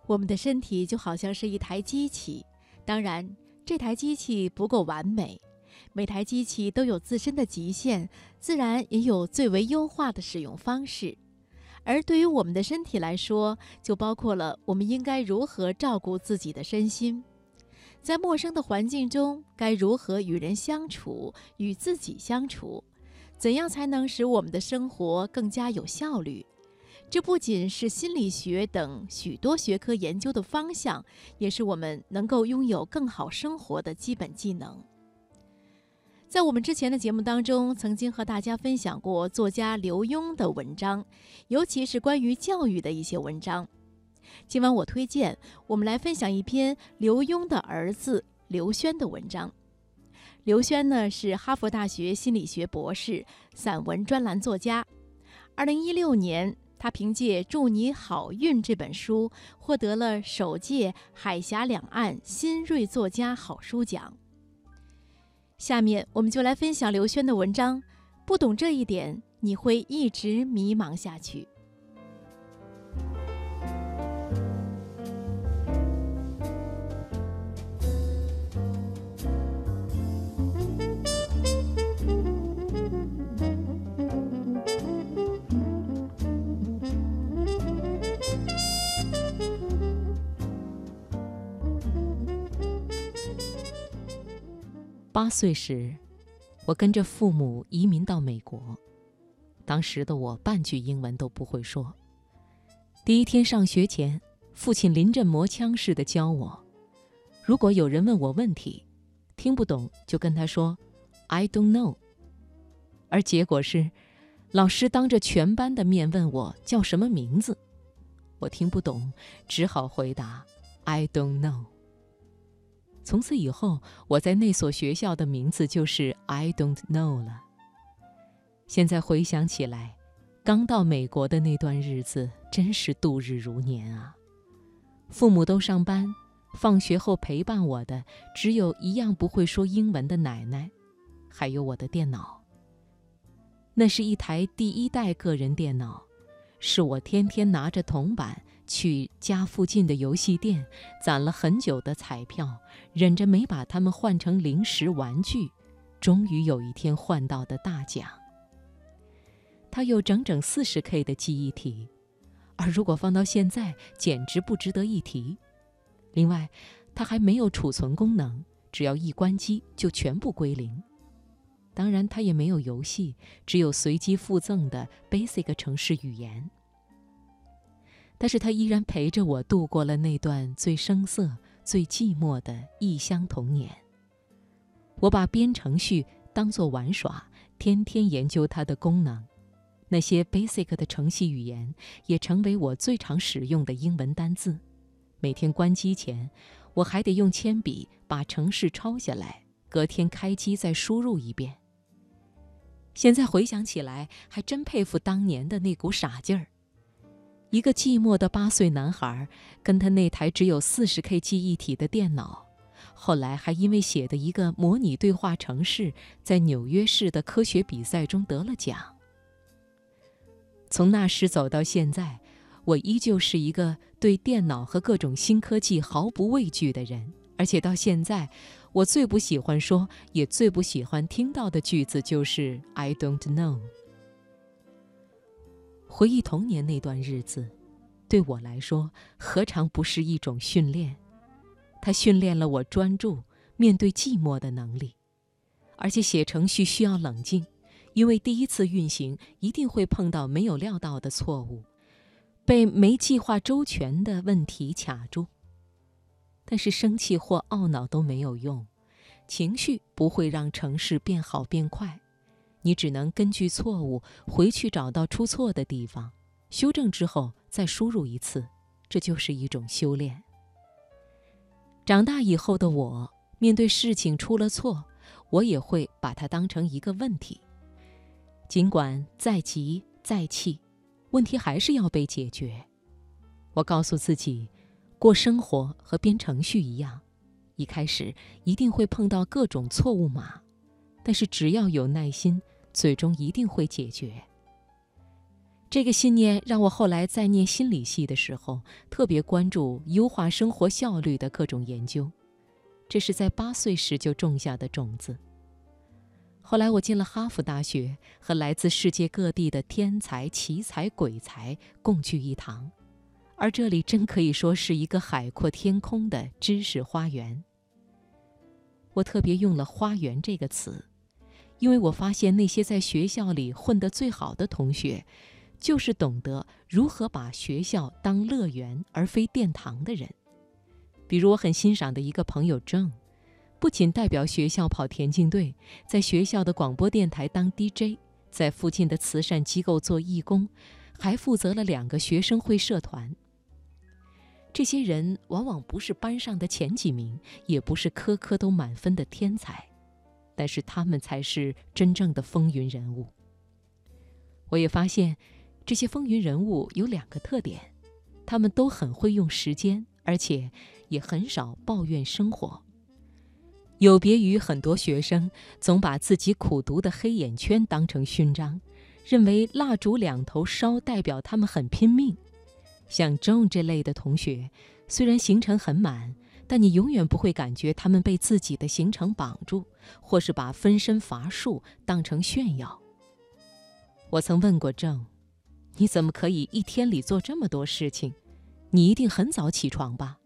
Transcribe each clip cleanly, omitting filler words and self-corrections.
我们的身体就好像是一台机器，当然，这台机器不够完美，每台机器都有自身的极限，自然也有最为优化的使用方式。而对于我们的身体来说，就包括了我们应该如何照顾自己的身心，在陌生的环境中该如何与人相处，与自己相处，怎样才能使我们的生活更加有效率。这不仅是心理学等许多学科研究的方向，也是我们能够拥有更好生活的基本技能。在我们之前的节目当中，曾经和大家分享过作家刘墉的文章，尤其是关于教育的一些文章。今晚我推荐我们来分享一篇刘墉的儿子刘轩的文章。刘轩呢是哈佛大学心理学博士、散文专栏作家。2016年，他凭借《祝你好运》这本书获得了首届海峡两岸新锐作家好书奖。下面我们就来分享刘轩的文章，不懂这一点，你会一直迷茫下去。 8岁时，我跟着父母移民到美国。当时的我半句英文都不会说。第一天上学前，父亲临阵磨枪似的教我，如果有人问我问题，听不懂就跟他说 I don't know。而结果是，老师当着全班的面问我叫什么名字，我听不懂，只好回答 I don't know。从此以后，我在那所学校的名字就是 I don't know 了。现在回想起来，刚到美国的那段日子真是度日如年啊。父母都上班，放学后陪伴我的只有一样不会说英文的奶奶，还有我的电脑。那是一台第1代个人电脑，是我天天拿着铜板去家附近的游戏店攒了很久的彩票，忍着没把它们换成零食玩具，终于有一天换到的大奖。它有整整40K 的记忆体，而如果放到现在，简直不值得一提。另外，它还没有储存功能，只要一关机就全部归零。当然，它也没有游戏，只有随机附赠的 Basic 程式语言。但是它依然陪着我度过了那段最生涩、最寂寞的异乡童年。我把编程序当作玩耍，天天研究它的功能。那些 basic 的程序语言也成为我最常使用的英文单字。每天关机前，我还得用铅笔把程式抄下来，隔天开机再输入一遍。现在回想起来，还真佩服当年的那股傻劲儿。一个寂寞的8岁男孩，跟他那台只有40K 记忆体的电脑，后来还因为写的一个模拟对话程式，在纽约市的科学比赛中得了奖。从那时走到现在，我依旧是一个对电脑和各种新科技毫不畏惧的人，而且到现在，我最不喜欢说，也最不喜欢听到的句子就是 I don't know。回忆童年那段日子，对我来说何尝不是一种训练？它训练了我专注、面对寂寞的能力。而且写程序需要冷静，因为第一次运行一定会碰到没有料到的错误，被没计划周全的问题卡住。但是生气或懊恼都没有用，情绪不会让程式变好变快。你只能根据错误回去找到出错的地方，修正之后再输入一次，这就是一种修炼。长大以后的我，面对事情出了错，我也会把它当成一个问题。尽管再急再气，问题还是要被解决。我告诉自己，过生活和编程序一样，一开始一定会碰到各种错误码，但是只要有耐心，最终一定会解决。 这个信念让我后来在念心理系的时候，特别关注优化生活效率的各种研究。这是在8岁时就种下的种子。后来我进了哈佛大学，和来自世界各地的天才、奇才、鬼才共聚一堂，而这里真可以说是一个海阔天空的知识花园。我特别用了“花园”这个词，因为我发现那些在学校里混得最好的同学，就是懂得如何把学校当乐园而非殿堂的人。比如我很欣赏的一个朋友郑，不仅代表学校跑田径队，在学校的广播电台当 DJ， 在附近的慈善机构做义工，还负责了2个学生会社团。这些人往往不是班上的前几名，也不是科科都满分的天才，但是他们才是真正的风云人物。我也发现这些风云人物有2个特点，他们都很会用时间，而且也很少抱怨生活。有别于很多学生总把自己苦读的黑眼圈当成勋章，认为蜡烛2头烧代表他们很拼命。像 John 这类的同学，虽然行程很满，但你永远不会感觉他们被自己的行程绑住，或是把分身乏术当成炫耀。我曾问过 John， 你怎么可以一天里做这么多事情？你一定很早起床吧？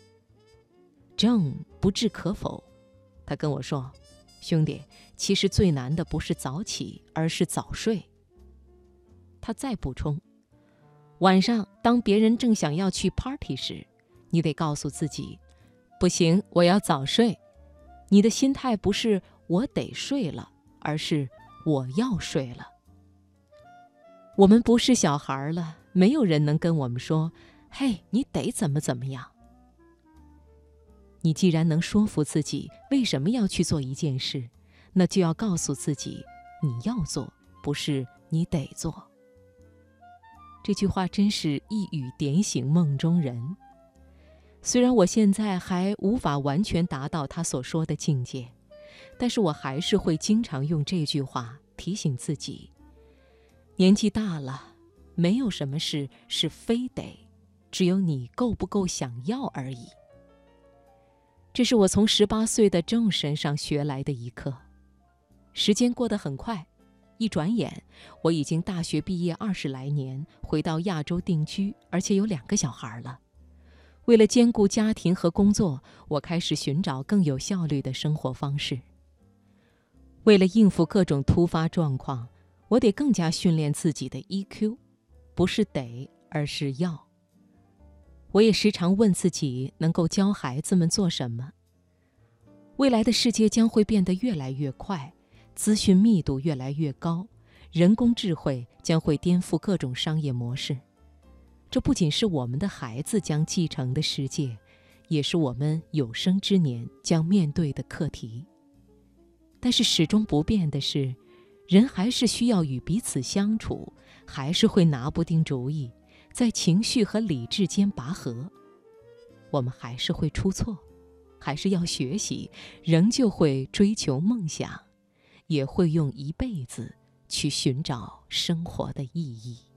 John 不置可否，他跟我说，兄弟，其实最难的不是早起，而是早睡。他再补充，晚上当别人正想要去 party 时，你得告诉自己，不行，我要早睡。你的心态不是我得睡了，而是我要睡了。我们不是小孩了，没有人能跟我们说，嘿，你得怎么怎么样。你既然能说服自己为什么要去做一件事，那就要告诉自己，你要做，不是你得做。这句话真是一语点醒梦中人。虽然我现在还无法完全达到他所说的境界，但是我还是会经常用这句话提醒自己，年纪大了，没有什么事是非得，只有你够不够想要而已。这是我从18岁的John身上学来的一课。时间过得很快，一转眼我已经大学毕业20来年，回到亚洲定居，而且有2个小孩了。为了兼顾家庭和工作，我开始寻找更有效率的生活方式。为了应付各种突发状况，我得更加训练自己的 EQ， 不是得，而是要。我也时常问自己，能够教孩子们做什么？未来的世界将会变得越来越快，资讯密度越来越高，人工智慧将会颠覆各种商业模式。这不仅是我们的孩子将继承的世界，也是我们有生之年将面对的课题。但是始终不变的是，人还是需要与彼此相处，还是会拿不定主意，在情绪和理智间拔河。我们还是会出错，还是要学习，仍旧会追求梦想，也会用一辈子去寻找生活的意义。